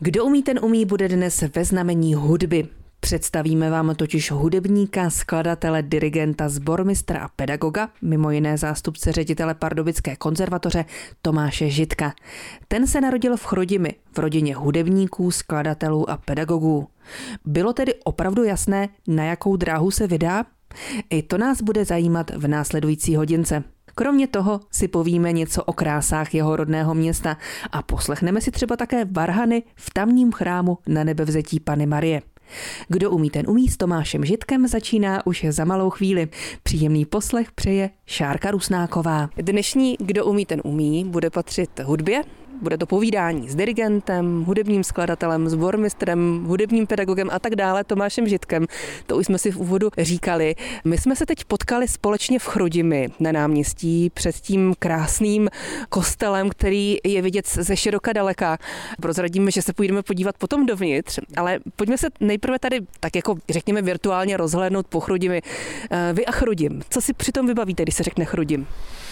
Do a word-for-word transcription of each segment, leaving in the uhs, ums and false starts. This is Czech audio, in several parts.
Kdo umí, ten umí bude dnes ve znamení hudby. Představíme vám totiž hudebníka, skladatele, dirigenta, sbormistra a pedagoga, mimo jiné zástupce ředitele Pardubické konzervatoře Tomáše Židka. Ten se narodil v Chrudimi, v rodině hudebníků, skladatelů a pedagogů. Bylo tedy opravdu jasné, na jakou dráhu se vydá? I to nás bude zajímat v následující hodince. Kromě toho si povíme něco o krásách jeho rodného města a poslechneme si třeba také varhany v tamním chrámu Na Nebevzetí Panny Marie. Kdo umí, ten umí s Tomášem Židkem začíná už za malou chvíli. Příjemný poslech přeje Šárka Rusnáková. Dnešní Kdo umí, ten umí bude patřit hudbě. Bude to povídání s dirigentem, hudebním skladatelem, sbormistrem, hudebním pedagogem a tak dále, Tomášem Židkem. To už jsme si v úvodu říkali. My jsme se teď potkali společně v Chrudimi na náměstí před tím krásným kostelem, který je vidět ze široka daleka. Prozradíme, že se půjdeme podívat potom dovnitř, ale pojďme se nejprve tady tak jako řekněme virtuálně rozhlédnout po Chrudimi. Vy a Chrudim, co si přitom vybavíte, když se řekne Chrudim?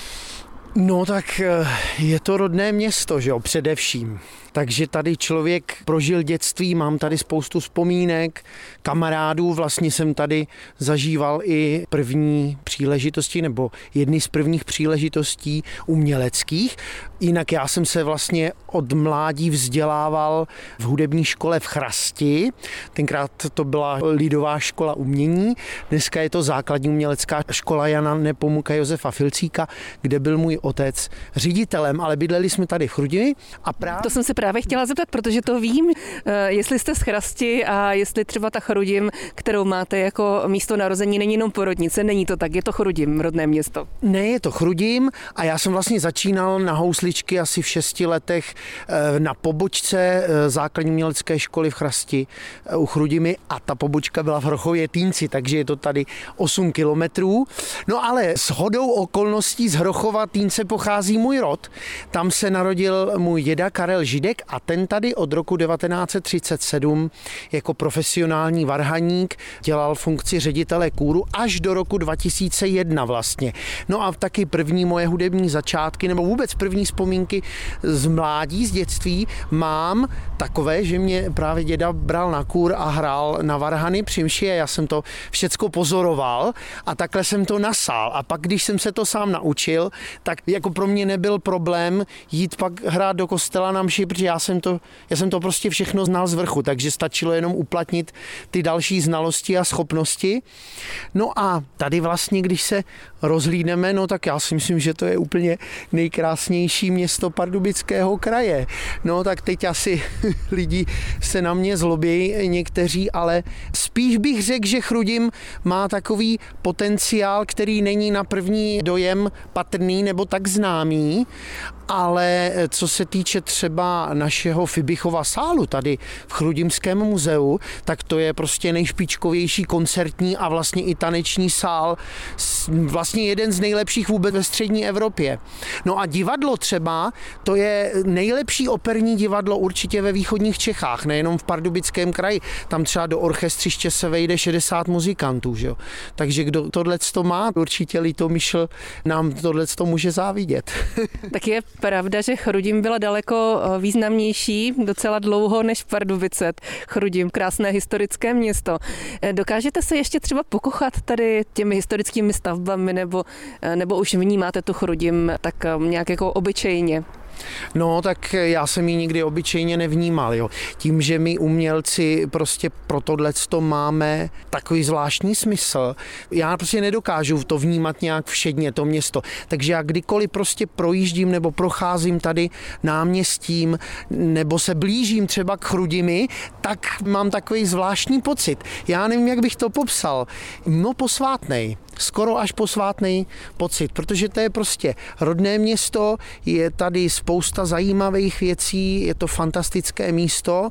No tak je to rodné město, že jo, především. Takže tady člověk prožil dětství, mám tady spoustu vzpomínek, kamarádů, vlastně jsem tady zažíval i první příležitosti, nebo jedny z prvních příležitostí uměleckých. Jinak já jsem se vlastně od mládí vzdělával v hudební škole v Chrasti. Tenkrát to byla lidová škola umění, dneska je to základní umělecká škola Jana Nepomuka Josefa Filcíka, kde byl můj otec ředitelem, ale bydleli jsme tady v Chrudimi. A právě... To jsem se právě chtěla zeptat, protože to vím, jestli jste z Chrasti a jestli třeba ta Chrudim, kterou máte jako místo narození, není jenom porodnice, není to tak, je to Chrudim, rodné město. Ne, je to Chrudim a já jsem vlastně začínal na housličky asi v šesti letech na pobočce základní umělecké školy v Chrasti u Chrudimi a ta pobočka byla v Hrochově Týnci, takže je to tady osm kilometrů. No ale s shodou okolností z Hrochova Týnce pochází můj rod. Tam se narodil můj děda Karel Židek a ten tady od roku devatenáct set třicet sedm jako profesionální varhaník dělal funkci ředitele kůru až do roku dva tisíce jedna vlastně. No a taky první moje hudební začátky, nebo vůbec první vzpomínky z mládí, z dětství mám takové, že mě právě děda bral na kůr a hrál na varhany při mši a já jsem to všecko pozoroval a takhle jsem to nasál. A pak, když jsem se to sám naučil, tak jako pro mě nebyl problém jít pak hrát do kostela na mši, protože já jsem to, já jsem to prostě všechno znal z vrchu, takže stačilo jenom uplatnit ty další znalosti a schopnosti. No a tady vlastně, když se rozhlídneme, no tak já si myslím, že to je úplně nejkrásnější město Pardubického kraje. No tak teď asi lidi se na mě zlobí někteří, ale spíš bych řekl, že Chrudim má takový potenciál, který není na první dojem patrný nebo tak známý, ale co se týče třeba našeho Fibichova sálu tady v Chrudimském muzeu, tak to je prostě nejšpičkovější koncertní a vlastně i taneční sál, vlastně jeden z nejlepších vůbec ve střední Evropě. No a divadlo třeba, to je nejlepší operní divadlo určitě ve východních Čechách, nejenom v Pardubickém kraji. Tam třeba do orchestřiště se vejde šedesát muzikantů, že jo. Takže kdo tohleto má, určitě Litomyšl nám tohleto může závidět. Tak je pravda, že Chrudim byla daleko významnější docela dlouho než Pardubice. Chrudim, krásné historické město. Dokážete se ještě třeba pokochat tady těmi historickými stavbami nebo, nebo už vnímáte tu Chrudim tak nějak jako obyčejně? No, tak já jsem ji nikdy obyčejně nevnímal, jo. Tím, že my umělci prostě pro tohleto máme takový zvláštní smysl, já prostě nedokážu to vnímat nějak všedně, to město. Takže já kdykoliv prostě projíždím nebo procházím tady náměstím nebo se blížím třeba k Chrudimi, tak mám takový zvláštní pocit. Já nevím, jak bych to popsal. No, posvátnej. Skoro až posvátný pocit, protože to je prostě rodné město, je tady spousta zajímavých věcí, je to fantastické místo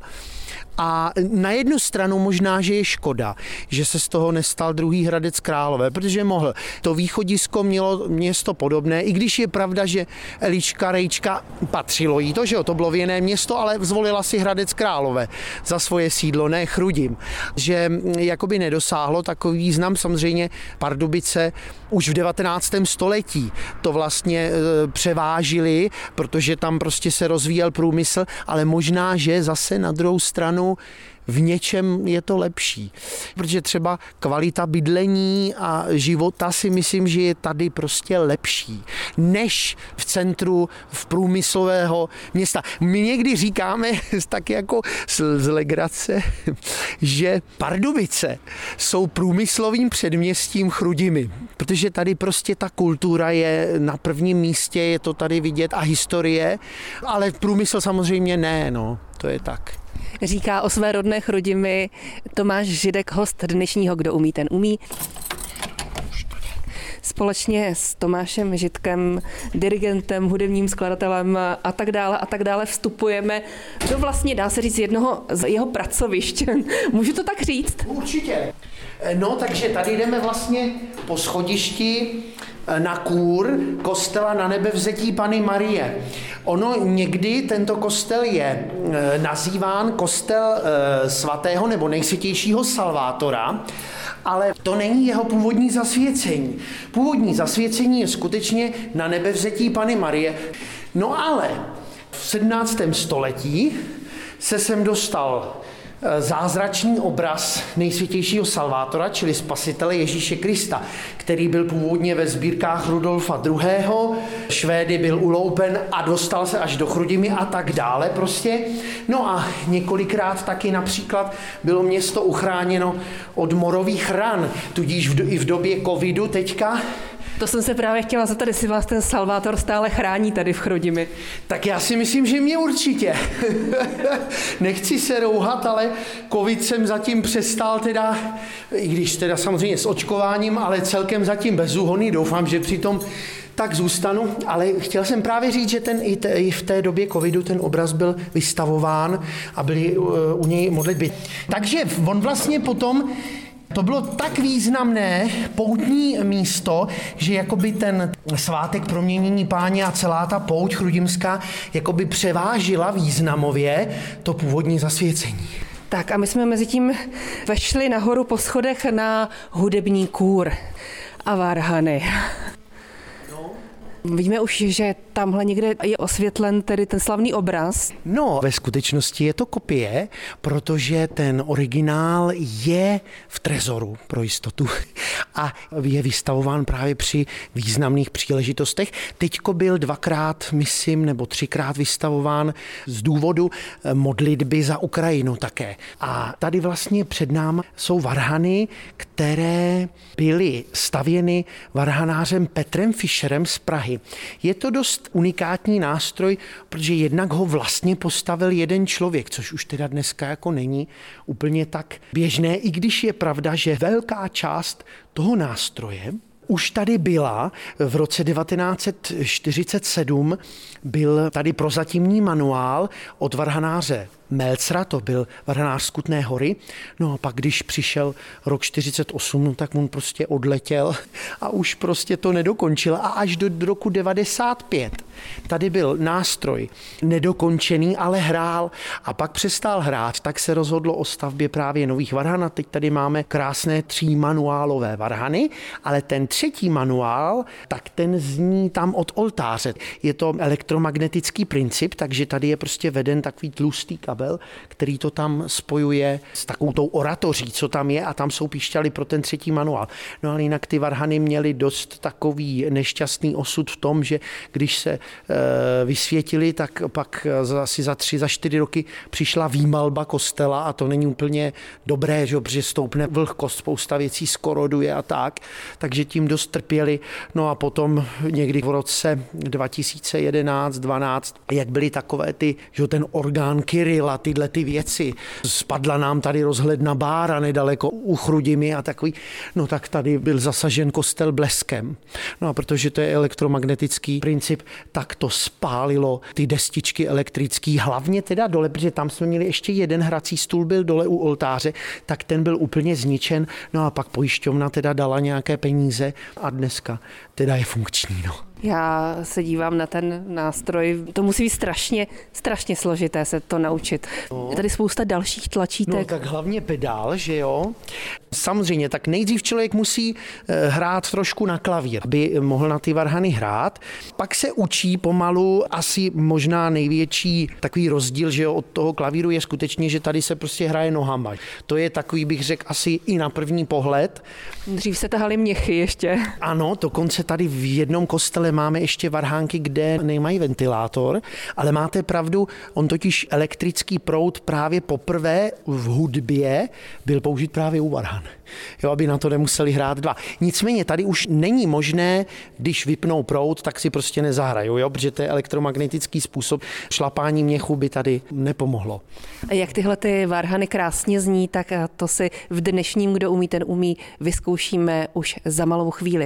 a na jednu stranu možná, že je škoda, že se z toho nestal druhý Hradec Králové, protože mohl. To východisko mělo město podobné, i když je pravda, že Eliška Rejčka patřilo jí to, že jo, to bylo věnné město, ale zvolila si Hradec Králové za svoje sídlo, ne Chrudim, že jakoby nedosáhlo takový význam, samozřejmě Pardubice Pardubice už v devatenáctém století to vlastně převážili, protože tam prostě se rozvíjel průmysl, ale možná, že zase na druhou stranu v něčem je to lepší. Protože třeba kvalita bydlení a života si myslím, že je tady prostě lepší, než v centru v průmyslového města. My někdy říkáme tak jako z legrace, že Pardubice jsou průmyslovým předměstím Chrudimi, protože tady prostě ta kultura je na prvním místě, je to tady vidět a historie, ale průmysl samozřejmě ne, no, to je tak. Říká o své rodné Chrudimi Tomáš Židek, host dnešního Kdo umí, ten umí. Společně s Tomášem Židkem, dirigentem, hudebním skladatelem a tak dále a tak dále vstupujeme do vlastně, dá se říct, jednoho z jeho pracovišť. Můžu to tak říct? Určitě. No, takže tady jdeme vlastně po schodišti na kůr kostela Nanebevzetí Panny Marie. Ono někdy tento kostel je nazýván kostel svatého nebo nejsvětějšího Salvátora, ale to není jeho původní zasvěcení. Původní zasvěcení je skutečně Nanebevzetí Panny Marie. No ale v sedmnáctém století se sem dostal zázračný obraz nejsvětějšího Salvátora, čili spasitele Ježíše Krista, který byl původně ve sbírkách Rudolfa druhého. Švédy byl uloupen a dostal se až do Chrudimi a tak dále prostě. No a několikrát taky například bylo město uchráněno od morových ran, tudíž v do, i v době covidu teďka. To jsem se právě chtěla zeptat, jestli vás ten Salvátor stále chrání tady v Chrudimi. Tak já si myslím, že mě určitě. Nechci se rouhat, ale covid jsem zatím přestal teda, i když teda samozřejmě s očkováním, ale celkem zatím bezúhonný. Doufám, že přitom tak zůstanu, ale chtěl jsem právě říct, že ten, i, te, i v té době covidu ten obraz byl vystavován a byly u, u něj modlitby. Takže on vlastně potom to bylo tak významné poutní místo, že jakoby ten svátek proměnění Páně a celá ta pouť chrudimská jakoby převážila významově to původní zasvěcení. Tak a my jsme mezi tím vešli nahoru po schodech na hudební kůr a varhany. Víme už, že tamhle někde je osvětlen tedy ten slavný obraz. No, ve skutečnosti je to kopie, protože ten originál je v trezoru pro jistotu a je vystavován právě při významných příležitostech. Teďko byl dvakrát, myslím, nebo třikrát vystavován z důvodu modlitby za Ukrajinu také. A tady vlastně před námi jsou varhany, které byly stavěny varhanářem Petrem Fischerem z Prahy. Je to dost unikátní nástroj, protože jednak ho vlastně postavil jeden člověk, což už teda dneska jako není úplně tak běžné, i když je pravda, že velká část toho nástroje už tady byla. V roce devatenáct set čtyřicet sedm byl tady prozatímní manuál od varhanáře Melcera, to byl varhanář z Kutné Hory. No a pak, když přišel rok čtyřicet osm, no, tak on prostě odletěl a už prostě to nedokončil. A až do roku devadesát pět tady byl nástroj nedokončený, ale hrál. A pak přestal hrát, tak se rozhodlo o stavbě právě nových varhan. A teď tady máme krásné tří manuálové varhany, ale ten třetí manuál, tak ten zní tam od oltáře. Je to elektromagnetický princip, takže tady je prostě veden takový tlustý kabel, který to tam spojuje s takovou tou oratoří, co tam je, a tam jsou píšťaly pro ten třetí manuál. No ale jinak ty varhany měly dost takový nešťastný osud v tom, že když se e, vysvětili, tak pak asi za tři, za čtyři roky přišla výmalba kostela a to není úplně dobré, že, protože stoupne vlhkost, spousta věcí skoroduje a tak, takže tím dost trpěli. No a potom někdy v roce dva tisíce jedenáct dvanáct, jak byly takové ty, že ten orgán Kyrila, tyhle ty věci. Spadla nám tady rozhledna Bára nedaleko u Chrudimi a takový. No tak tady byl zasažen kostel bleskem. No a protože to je elektromagnetický princip, tak to spálilo ty destičky elektrický, hlavně teda dole, protože tam jsme měli ještě jeden hrací stůl, byl dole u oltáře, tak ten byl úplně zničen. No a pak pojišťovna teda dala nějaké peníze a dneska teda je funkční, no. Já se dívám na ten nástroj. To musí být strašně, strašně složité se to naučit. No. Je tady spousta dalších tlačítek. No tak hlavně pedál, že jo. Samozřejmě, tak nejdřív člověk musí hrát trošku na klavír, aby mohl na ty varhany hrát. Pak se učí pomalu, asi možná největší takový rozdíl, že od toho klavíru je skutečně, že tady se prostě hraje nohama. To je takový, bych řekl, asi i na první pohled. Dřív se tahali měchy ještě. Ano, dokonce tady v jednom kostele máme ještě varhánky, kde nemají ventilátor, ale máte pravdu, on totiž elektrický proud právě poprvé v hudbě byl použit právě u varhan. Jo, aby na to nemuseli hrát dva. Nicméně tady už není možné, když vypnou proud, tak si prostě nezahrajou, jo, protože to je elektromagnetický způsob. Šlapání měchu by tady nepomohlo. Jak tyhle ty varhany krásně zní, tak to si v dnešním Kdo umí, ten umí vyzkoušíme už za malou chvíli.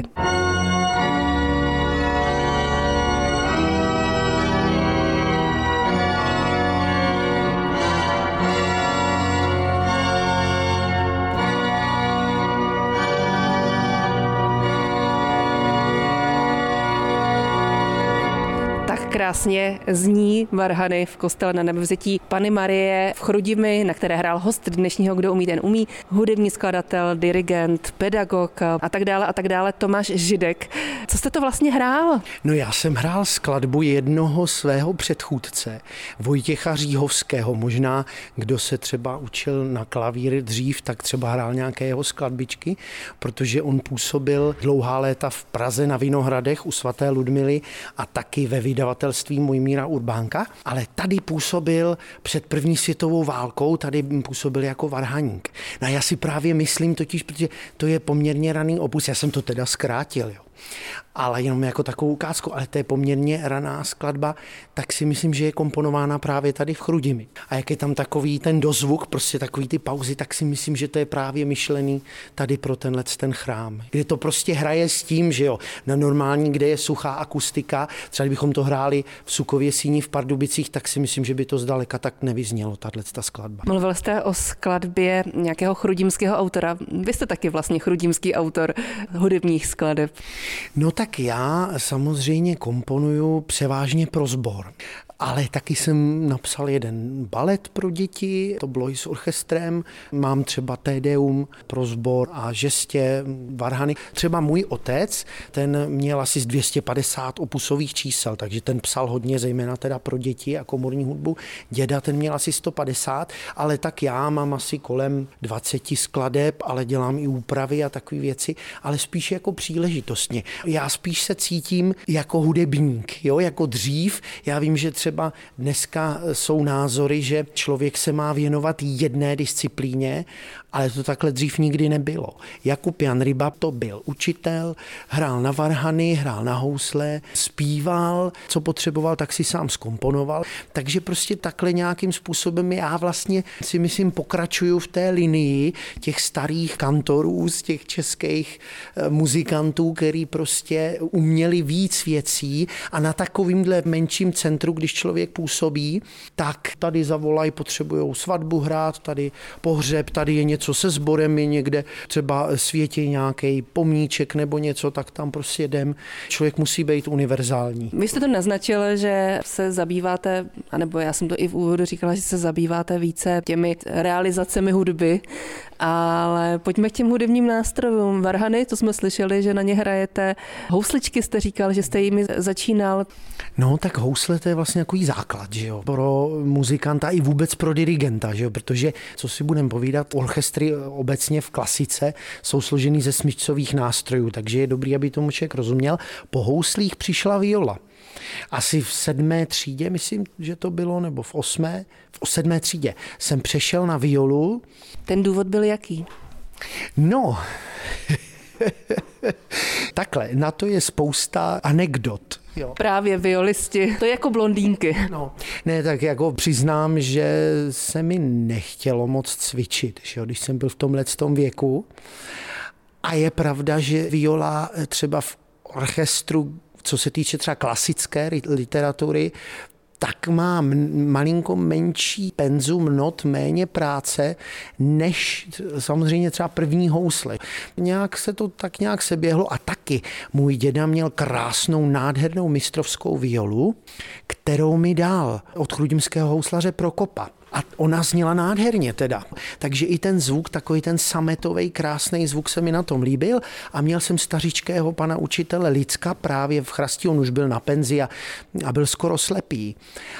Krásně zní varhany v kostele Na Nebevzetí Panny Marie v Chrudimi, na které hrál host dnešního Kdo umí, ten umí, hudební skladatel, dirigent, pedagog a tak dále a tak dále, Tomáš Židek. Co jste to vlastně hrál? No já jsem hrál skladbu jednoho svého předchůdce, Vojtěcha Říhovského. Možná, kdo se třeba učil na klavír dřív, tak třeba hrál nějaké jeho skladbičky, protože on působil dlouhá léta v Praze na Vinohradech u svaté Ludmily a taky ve vydavatelství Mojmíra Urbánka, ale tady působil před první světovou válkou, tady působil jako varhaník. No já si právě myslím totiž, protože to je poměrně raný opus, já jsem to teda zkrátil, jo. Ale jenom jako takovou ukázku, ale to je poměrně raná skladba, tak si myslím, že je komponována právě tady v Chrudimi. A jak je tam takový ten dozvuk, prostě takový ty pauzy, tak si myslím, že to je právě myšlený tady pro tenhle ten chrám. Kde to prostě hraje s tím, že jo, na normální, kde je suchá akustika, třeba kdybychom to hráli v Sukově Síni v Pardubicích, tak si myslím, že by to zdaleka tak nevyznělo, tato skladba. Mluvil jste o skladbě nějakého chrudimského autora. Vy jste taky vlastně chrudimský autor hudebních skladeb. No tak já samozřejmě komponuju převážně pro sbor. Ale taky jsem napsal jeden balet pro děti, to bylo i s orchestrem. Mám třeba Tédeum pro sbor a žestě, varhany. Třeba můj otec, ten měl asi z dvě stě padesát opusových čísel, takže ten psal hodně, zejména teda pro děti a komorní hudbu. Děda, ten měl asi sto padesát, ale tak já mám asi kolem dvacet skladeb, ale dělám i úpravy a takové věci, ale spíš jako příležitostně. Já spíš se cítím jako hudebník, jo, jako dřív. Já vím, že třeba dneska jsou názory, že člověk se má věnovat jedné disciplíně, ale to takhle dřív nikdy nebylo. Jakub Jan Ryba to byl učitel, hrál na varhany, hrál na housle, zpíval, co potřeboval, tak si sám zkomponoval. Takže prostě takhle nějakým způsobem já vlastně si myslím pokračuju v té linii těch starých kantorů z těch českých muzikantů, který prostě uměli víc věcí a na takovýmhle menším centru, když člověk působí, tak tady zavolají, potřebujou svatbu hrát, tady pohřeb, tady je něco se sborem, je někde třeba světí nějaký pomníček nebo něco, tak tam prostě jdem. Člověk musí být univerzální. Vy jste to naznačil, že se zabýváte, anebo já jsem to i v úvodu říkala, že se zabýváte více těmi realizacemi hudby, ale pojďme k těm hudebním nástrojům. Varhany, to jsme slyšeli, že na ně hrajete. Housličky jste říkal, že jste jimi začínal. No tak housle to je vlastně takový základ, že jo, pro muzikanta i vůbec pro dirigenta, že jo, protože co si budeme povídat, orchestry obecně v klasice jsou složený ze smyčcových nástrojů, takže je dobrý, aby tomu člověk rozuměl. Po houslích přišla viola. Asi v sedmé třídě, myslím, že to bylo, nebo v osmé, v sedmé třídě jsem přešel na violu. Ten důvod byl jaký? No, takhle, na to je spousta anekdot. Jo. Právě violisti, to je jako blondýnky. No, ne, tak jako přiznám, že se mi nechtělo moc cvičit, že jo, když jsem byl v tomhletom věku. A je pravda, že viola třeba v orchestru, co se týče třeba klasické literatury, tak má malinko menší penzum not, méně práce, než samozřejmě třeba první housle. Nějak se to tak nějak seběhlo a taky můj děda měl krásnou, nádhernou mistrovskou violu, kterou mi dal od chrudimského houslaře Prokopa. A ona zněla nádherně teda. Takže i ten zvuk, takový ten sametový krásný zvuk se mi na tom líbil a měl jsem stařičkého pana učitele Lidska právě v Chrasti, on už byl na penzi a, a byl skoro slepý.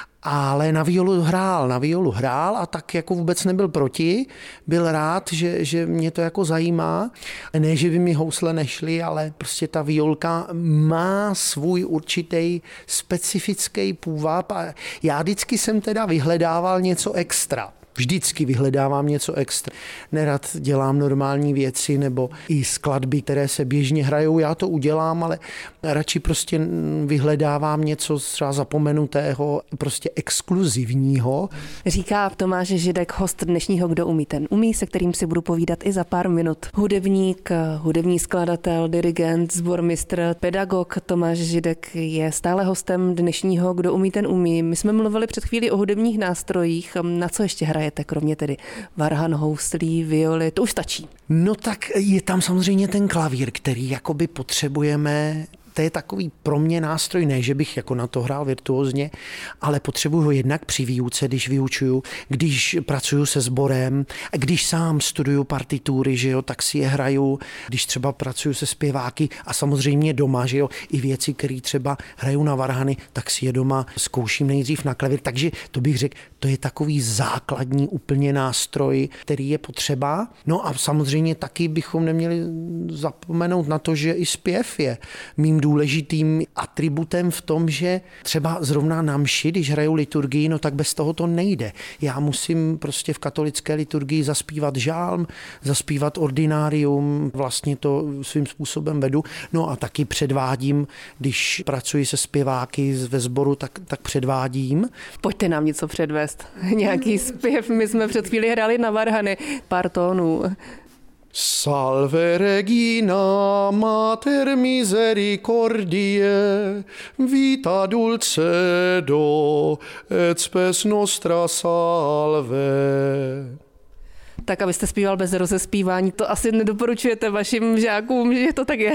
Ale na violu hrál, na violu hrál a tak jako vůbec nebyl proti. Byl rád, že, že mě to jako zajímá. Ne, že by mi housle nešly, ale prostě ta violka má svůj určitý specifický půvab a já vždycky jsem teda vyhledával něco extra. Vždycky vyhledávám něco extra. Nerad dělám normální věci nebo i skladby, které se běžně hrajou. Já to udělám, ale radši prostě vyhledávám něco třeba zapomenutého, prostě exkluzivního. Říká Tomáš Židek, host dnešního Kdo umí, ten umí, se kterým si budu povídat i za pár minut. Hudebník, hudební skladatel, dirigent, sbormistr, pedagog Tomáš Židek je stále hostem dnešního Kdo umí, ten umí. My jsme mluvili před chvílí o hudebních nástrojích. Na co ještě hraje? Kromě tedy varhan, houslí, violy, to už stačí. No tak je tam samozřejmě ten klavír, který jakoby potřebujeme. To je takový pro mě nástroj, ne, že bych jako na to hrál virtuózně, ale potřebuji ho jednak při výuce, když vyučuju, když pracuju se sborem, když sám studuju partitury, že jo, tak si je hraju, když třeba pracuju se zpěváky a samozřejmě doma, že jo, i věci, které třeba hraju na varhany, tak si je doma zkouším nejdřív na klavír, takže to bych řekl, to je takový základní úplně nástroj, který je potřeba. No a samozřejmě taky bychom neměli zapomenout na to, že i zpěv je mým důležitým atributem v tom, že třeba zrovna na mši, když hraju liturgii, no tak bez toho to nejde. Já musím prostě v katolické liturgii zaspívat žálm, zaspívat ordinárium, vlastně to svým způsobem vedu. No a taky předvádím, když pracuji se zpěváky ve sboru, tak, tak předvádím. Pojďte nám něco předvést. Nějaký zpěv, my jsme před chvíli hráli na varhany, pár tónů. Salve Regina, Mater Misericordiae, vita dulcedo, et spes nostra salve. Tak abyste zpíval bez rozespívání, to asi nedoporučujete vašim žákům, že to tak je?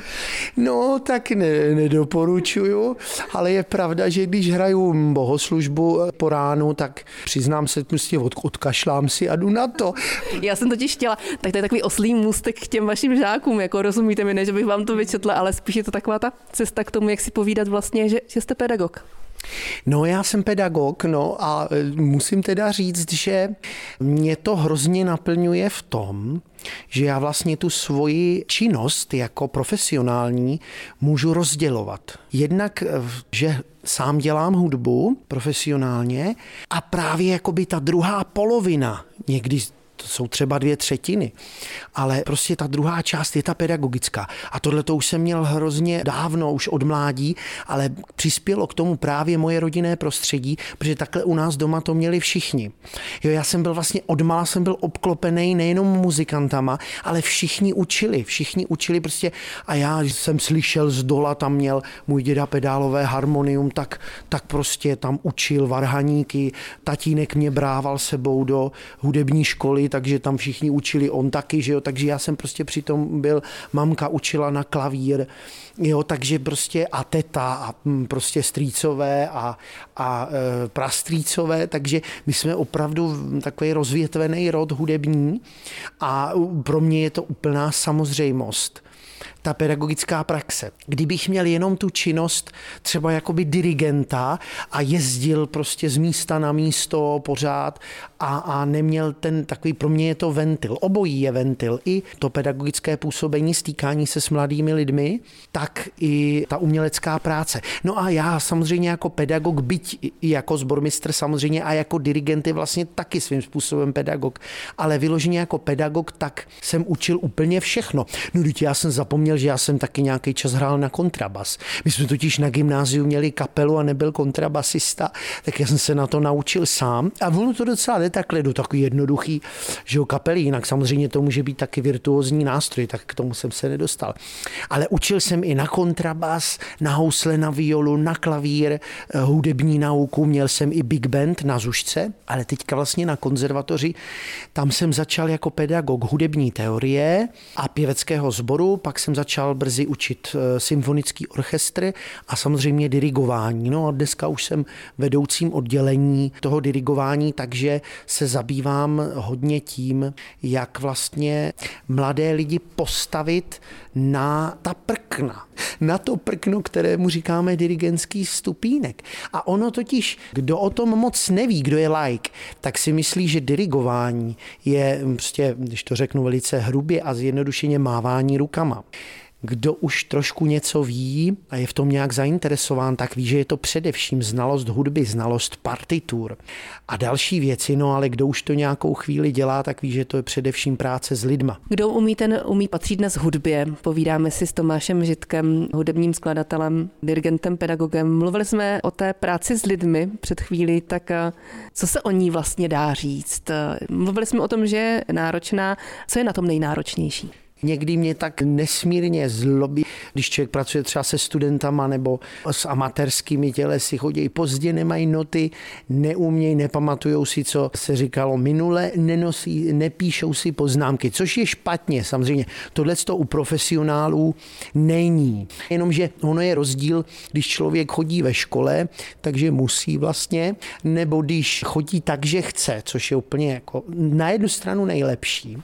No, tak ne, nedoporučuju, ale je pravda, že když hraju bohoslužbu po ránu, tak přiznám se, prostě od, odkašlám si a jdu na to. Já jsem totiž chtěla, tak to je takový oslý můstek k těm vašim žákům, jako rozumíte mi, ne, že bych vám to vyčetla, ale spíš je to taková ta cesta k tomu, jak si povídat vlastně, že, že jste pedagog. No, já jsem pedagog, no a musím teda říct, že mě to hrozně naplňuje v tom, že já vlastně tu svoji činnost jako profesionální můžu rozdělovat. Jednak, že sám dělám hudbu profesionálně a právě jakoby ta druhá polovina, někdy to jsou třeba dvě třetiny, ale prostě ta druhá část je ta pedagogická. A tohle to už jsem měl hrozně dávno, už od mládí, ale přispělo k tomu právě moje rodinné prostředí, protože takhle u nás doma to měli všichni. Jo, já jsem byl vlastně odmala, jsem byl obklopený nejenom muzikantama, ale všichni učili, všichni učili prostě a já jsem slyšel z dola, tam měl můj děda pedálové harmonium, tak, tak prostě tam učil varhaníky, tatínek mě brával sebou do hudební školy, takže tam všichni učili, on taky, že jo, takže já jsem prostě přitom byl, mamka učila na klavír, jo, takže prostě a teta a prostě strýcové a, a e, prastrýcové, takže my jsme opravdu takový rozvětvený rod hudební a pro mě je to úplná samozřejmost. Ta pedagogická praxe. Kdybych měl jenom tu činnost třeba jakoby dirigenta a jezdil prostě z místa na místo pořád a, a neměl ten takový, pro mě je to ventil, obojí je ventil, i to pedagogické působení, stýkání se s mladými lidmi, tak i ta umělecká práce. No a já samozřejmě jako pedagog, byť i jako sbormistr samozřejmě a jako dirigent je vlastně taky svým způsobem pedagog, ale vyloženě jako pedagog, tak jsem učil úplně všechno. No teď já jsem zapomněl, že já jsem taky nějaký čas hrál na kontrabas. My jsme totiž na gymnáziu měli kapelu a nebyl kontrabasista, tak já jsem se na to naučil sám. A ono to docela jde takhle do takový jednoduchý, že jo, kapely, jinak samozřejmě to může být taky virtuózní nástroj, tak k tomu jsem se nedostal. Ale učil jsem i na kontrabas, na housle, na violu, na klavír, hudební nauku, měl jsem i big band na Zušce, ale teďka vlastně na konzervatoři, tam jsem začal jako pedagog hudební teorie a pěveckého sboru, pak jsem začal brzy učit symfonický orchestr a samozřejmě dirigování. No a dneska už jsem vedoucím oddělení toho dirigování, takže se zabývám hodně tím, jak vlastně mladé lidi postavit na ta prkna. Na to prkno, kterému říkáme dirigentský stupínek. A ono totiž, kdo o tom moc neví, kdo je laik, tak si myslí, že dirigování je, prostě, když to řeknu velice hrubě a zjednodušeně, mávání rukama. Kdo už trošku něco ví a je v tom nějak zainteresován, tak ví, že je to především znalost hudby, znalost partitur a další věci, no ale kdo už to nějakou chvíli dělá, tak ví, že to je především práce s lidma. Kdo umí, ten umí, patří dnes hudbě. Povídáme si s Tomášem Žitkem, hudebním skladatelem, dirigentem, pedagogem. Mluvili jsme o té práci s lidmi před chvílí, tak co se o ní vlastně dá říct? Mluvili jsme o tom, že je náročná. Co je na tom nejnáročnější? Někdy mě tak nesmírně zlobí, když člověk pracuje třeba se studentama nebo s amatérskými tělesy, chodí pozdě, nemají noty, neumějí, nepamatujou si, co se říkalo minule, nenosí, nepíšou si poznámky, což je špatně samozřejmě. Tohle to u profesionálů není. Jenomže ono je rozdíl, když člověk chodí ve škole, takže musí vlastně, nebo když chodí tak, že chce, což je úplně jako na jednu stranu nejlepší.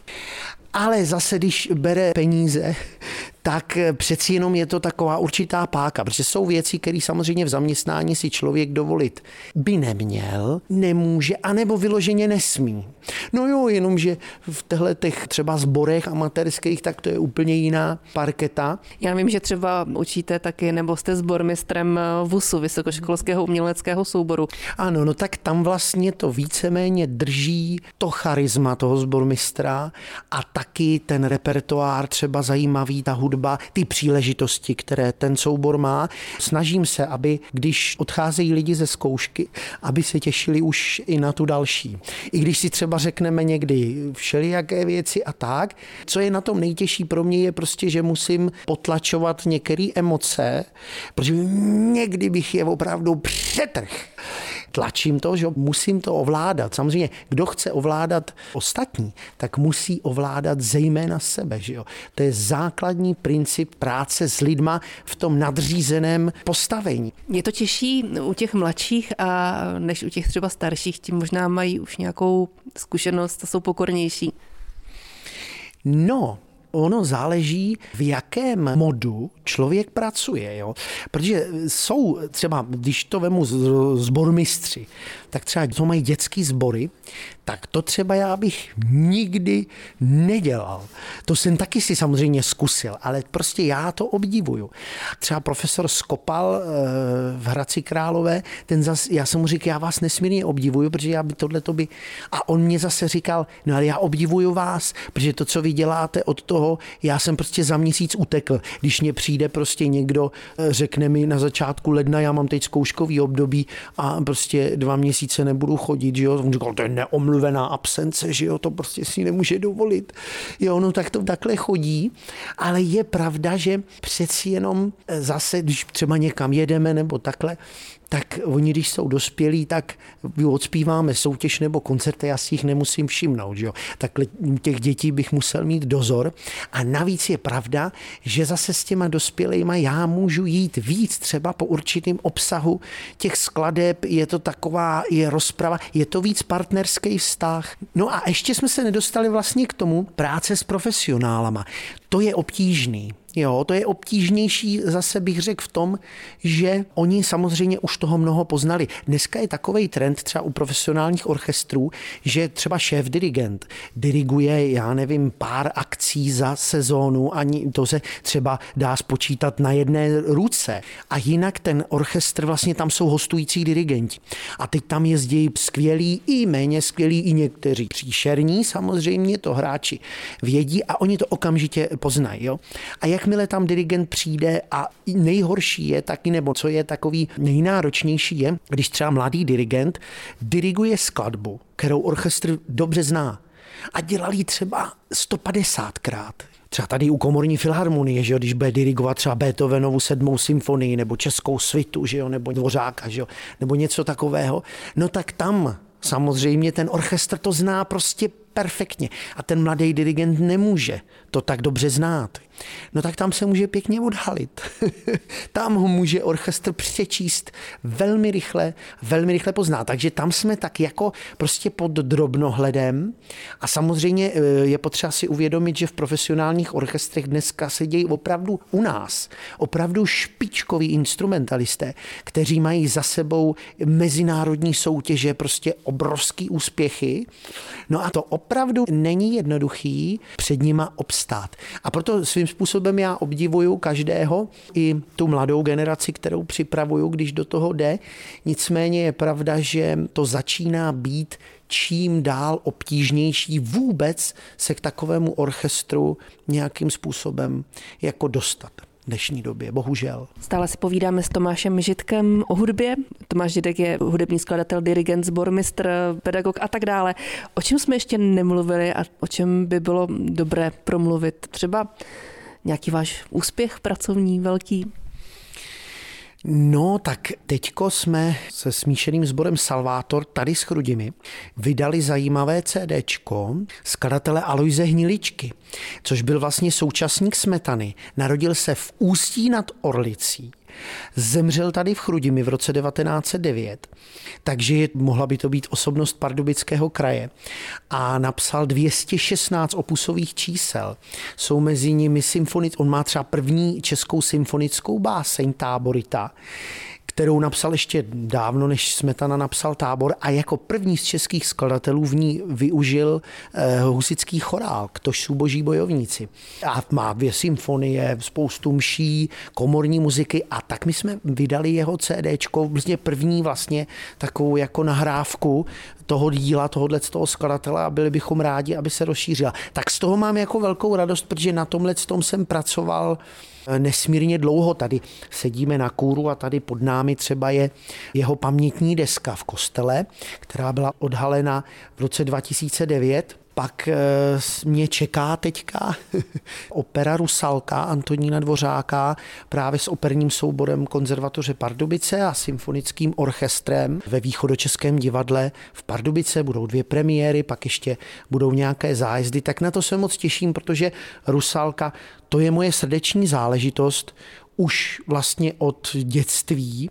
Ale zase, když bere peníze, tak přeci jenom je to taková určitá páka, protože jsou věci, které samozřejmě v zaměstnání si člověk dovolit by neměl, nemůže, anebo vyloženě nesmí. No jo, jenomže v těchto těch třeba sborech amatérských, tak to je úplně jiná parketa. Já vím, že třeba učíte taky, nebo jste sbormistrem VUSu, Vysokoškolského uměleckého souboru. Ano, no tak tam vlastně to víceméně drží to charisma toho sbormistra a taky ten repertoár třeba zajímavý, ta hudba, ty příležitosti, které ten soubor má. Snažím se, aby když odcházejí lidi ze zkoušky, aby se těšili už i na tu další. I když si třeba řekneme někdy všelijaké věci a tak, co je na tom nejtěžší pro mě je prostě, že musím potlačovat některé emoce, protože někdy bych je opravdu přetrhl. Tlačím to, že musím to ovládat. Samozřejmě, kdo chce ovládat ostatní, tak musí ovládat zejména sebe. Že jo? To je základní princip práce s lidma v tom nadřízeném postavení. Je to těžší u těch mladších a než u těch třeba starších, ti možná mají už nějakou zkušenost a jsou pokornější. No, ono záleží, v jakém modu člověk pracuje. Jo? Protože jsou třeba, když to vemu sbormistři, tak třeba, co mají dětský sbory, tak to třeba já bych nikdy nedělal. To jsem taky si samozřejmě zkusil, ale prostě já to obdivuju. Třeba profesor Skopal v Hradci Králové, ten zas, já jsem mu říkal, já vás nesmírně obdivuju, protože já by tohleto by... A on mě zase říkal, no ale já obdivuju vás, protože to, co vy děláte od toho, já jsem prostě za měsíc utekl. Když mě přijde prostě někdo, řekne mi na začátku ledna, já mám teď zkouškový období a prostě dva měsíce nebudu chodit, že jo. On říkal, to je neomluvená absence, že jo, to prostě si nemůže dovolit. Jo, no tak to takhle chodí, ale je pravda, že přeci jenom zase, když třeba někam jedeme nebo takhle, tak oni, když jsou dospělí, tak odspíváme soutěž nebo koncerty, já si jich nemusím všimnout. Že jo? Takhle těch dětí bych musel mít dozor. A navíc je pravda, že zase s těma dospělejma já můžu jít víc třeba po určitým obsahu těch skladeb, je to taková, je rozprava, je to víc partnerský vztah. No a ještě jsme se nedostali vlastně k tomu práce s profesionálama. To je obtížný. Jo, to je obtížnější, zase bych řekl v tom, že oni samozřejmě už toho mnoho poznali. Dneska je takovej trend třeba u profesionálních orchestrů, že třeba šéf dirigent diriguje, já nevím, pár akcí za sezónu, ani to se třeba dá spočítat na jedné ruce. A jinak ten orchestr, vlastně tam jsou hostující dirigenti. A teď tam jezdí skvělí i méně skvělí, i někteří příšerní, samozřejmě to hráči vědí a oni to okamžitě poznají. Jo? A jak Jakmile tam dirigent přijde a nejhorší je taky, nebo co je takový nejnáročnější je, když třeba mladý dirigent diriguje skladbu, kterou orchestr dobře zná a dělal ji třeba sto padesátkrát. Třeba tady u komorní filharmonie, že jo, když bude dirigovat třeba Beethovenovu sedmou symfonii nebo českou svitu, že jo, nebo Dvořáka, že jo, nebo něco takového, no tak tam samozřejmě ten orchestr to zná prostě perfektně a ten mladý dirigent nemůže to tak dobře znát, no tak tam se může pěkně odhalit. Tam ho může orchestr přečíst velmi rychle, velmi rychle poznat. Takže tam jsme tak jako prostě pod drobnohledem a samozřejmě je potřeba si uvědomit, že v profesionálních orchestrech dneska se dějí opravdu u nás, opravdu špičkoví instrumentalisté, kteří mají za sebou mezinárodní soutěže, prostě obrovský úspěchy. No a to opravdu není jednoduchý před nima obstát. A proto svým způsobem já obdivuju každého, i tu mladou generaci, kterou připravuju, když do toho jde. Nicméně je pravda, že to začíná být čím dál obtížnější vůbec se k takovému orchestru nějakým způsobem jako dostat. V dnešní době, bohužel. Stále si povídáme s Tomášem Žitkem o hudbě. Tomáš Žitek je hudební skladatel, dirigent, sbormistr, pedagog a tak dále. O čem jsme ještě nemluvili a o čem by bylo dobré promluvit? Třeba nějaký váš úspěch pracovní velký? No, tak teďko jsme se smíšeným sborem Salvátor tady s Chrudimi vydali zajímavé CDčko skladatele Alojze Hniličky, což byl vlastně současník Smetany. Narodil se v Ústí nad Orlicí. Zemřel tady v Chrudimi v roce devatenáct set devět, takže mohla by to být osobnost Pardubického kraje a napsal dvě stě šestnáct opusových čísel. Jsou mezi nimi symfonic, on má třeba první českou symfonickou báseň Táborita, kterou napsal ještě dávno, než Smetana napsal Tábor a jako první z českých skladatelů v ní využil eh, husický chorál Ktož jsou boží bojovníci. A má dvě symfonie, spoustu mší, komorní muziky a tak my jsme vydali jeho CDčko, vlastně první vlastně takovou jako nahrávku toho díla, tohohle z toho skladatele a byli bychom rádi, aby se rozšířila. Tak z toho mám jako velkou radost, protože na tomhle tom jsem pracoval nesmírně dlouho. Tady sedíme na kůru a tady pod námi třeba je jeho pamětní deska v kostele, která byla odhalena v roce dva tisíce devět. Pak mě čeká teďka opera Rusalka Antonína Dvořáka právě s operním souborem Konzervatoře Pardubice a symfonickým orchestrem ve Východočeském divadle v Pardubice. Budou dvě premiéry, pak ještě budou nějaké zájezdy. Tak na to se moc těším, protože Rusalka to je moje srdeční záležitost už vlastně od dětství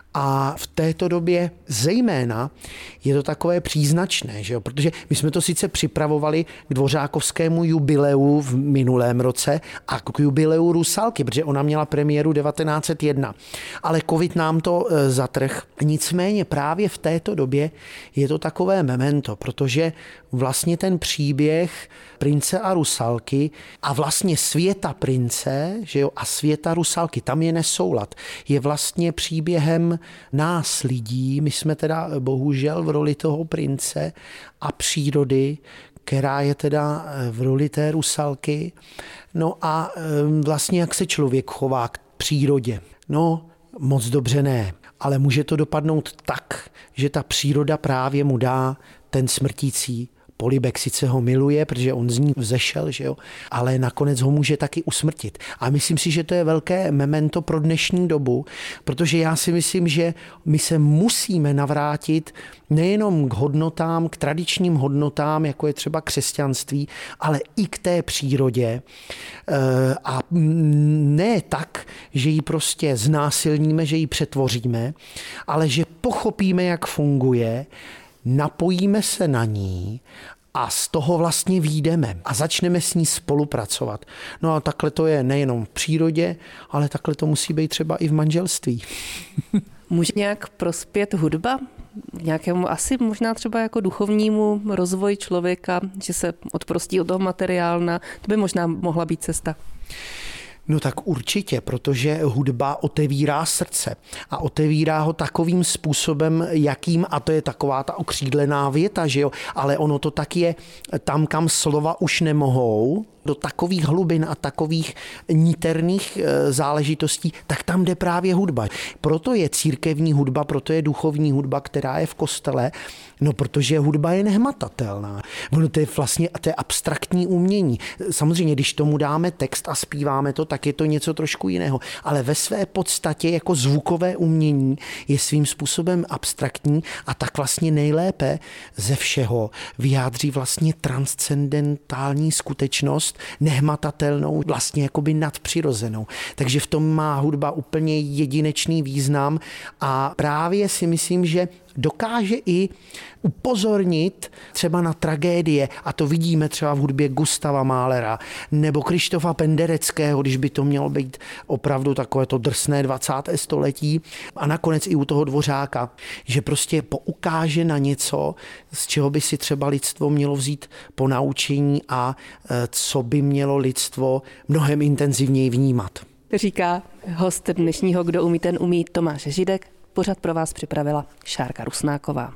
a v této době zejména je to takové příznačné, že jo? Protože my jsme to sice připravovali k dvořákovskému jubileu v minulém roce a k jubileu Rusalky, protože ona měla premiéru devatenáct set jedna, ale covid nám to e, zatrh. Nicméně právě v této době je to takové memento, protože vlastně ten příběh prince a Rusalky a vlastně světa prince, že jo, a světa Rusalky, tam je nesoulad. Je vlastně příběhem nás lidí, my jsme teda bohužel v roli toho prince a přírody, která je teda v roli té Rusalky. No a vlastně jak se člověk chová k přírodě. No moc dobře ne, ale může to dopadnout tak, že ta příroda právě mu dá ten smrtící polibek, sice ho miluje, protože on z ní vzešel, že jo, ale nakonec ho může taky usmrtit. A myslím si, že to je velké memento pro dnešní dobu, protože já si myslím, že my se musíme navrátit nejenom k hodnotám, k tradičním hodnotám, jako je třeba křesťanství, ale i k té přírodě. A ne tak, že ji prostě znásilníme, že ji přetvoříme, ale že pochopíme, jak funguje, napojíme se na ní a z toho vlastně vyjdeme a začneme s ní spolupracovat. No a takhle to je nejenom v přírodě, ale takhle to musí být třeba i v manželství. Může nějak prospět hudba? Nějakému asi možná třeba jako duchovnímu rozvoji člověka, že se odprostí od toho materiálna? To by možná mohla být cesta. No tak určitě, protože hudba otevírá srdce a otevírá ho takovým způsobem, jakým, a to je taková ta okřídlená věta, že jo, ale ono to tak je tam, kam slova už nemohou, do takových hlubin a takových niterných záležitostí, tak tam jde právě hudba. Proto je církevní hudba, proto je duchovní hudba, která je v kostele, no protože hudba je nehmatatelná. Ono to je vlastně to je abstraktní umění. Samozřejmě, když tomu dáme text a zpíváme to, tak je to něco trošku jiného. Ale ve své podstatě jako zvukové umění je svým způsobem abstraktní a tak vlastně nejlépe ze všeho vyjádří vlastně transcendentální skutečnost, nehmatatelnou, vlastně jakoby nadpřirozenou. Takže v tom má hudba úplně jedinečný význam a právě si myslím, že dokáže i upozornit třeba na tragédie, a to vidíme třeba v hudbě Gustava Mahlera nebo Krištofa Pendereckého, když by to mělo být opravdu takové to drsné dvacáté století, a nakonec i u toho Dvořáka, že prostě poukáže na něco, z čeho by si třeba lidstvo mělo vzít ponaučení a co by mělo lidstvo mnohem intenzivněji vnímat. Říká host dnešního Kdo umí, ten umí, Tomáš Židek. Pořad pro vás připravila Šárka Rusnáková.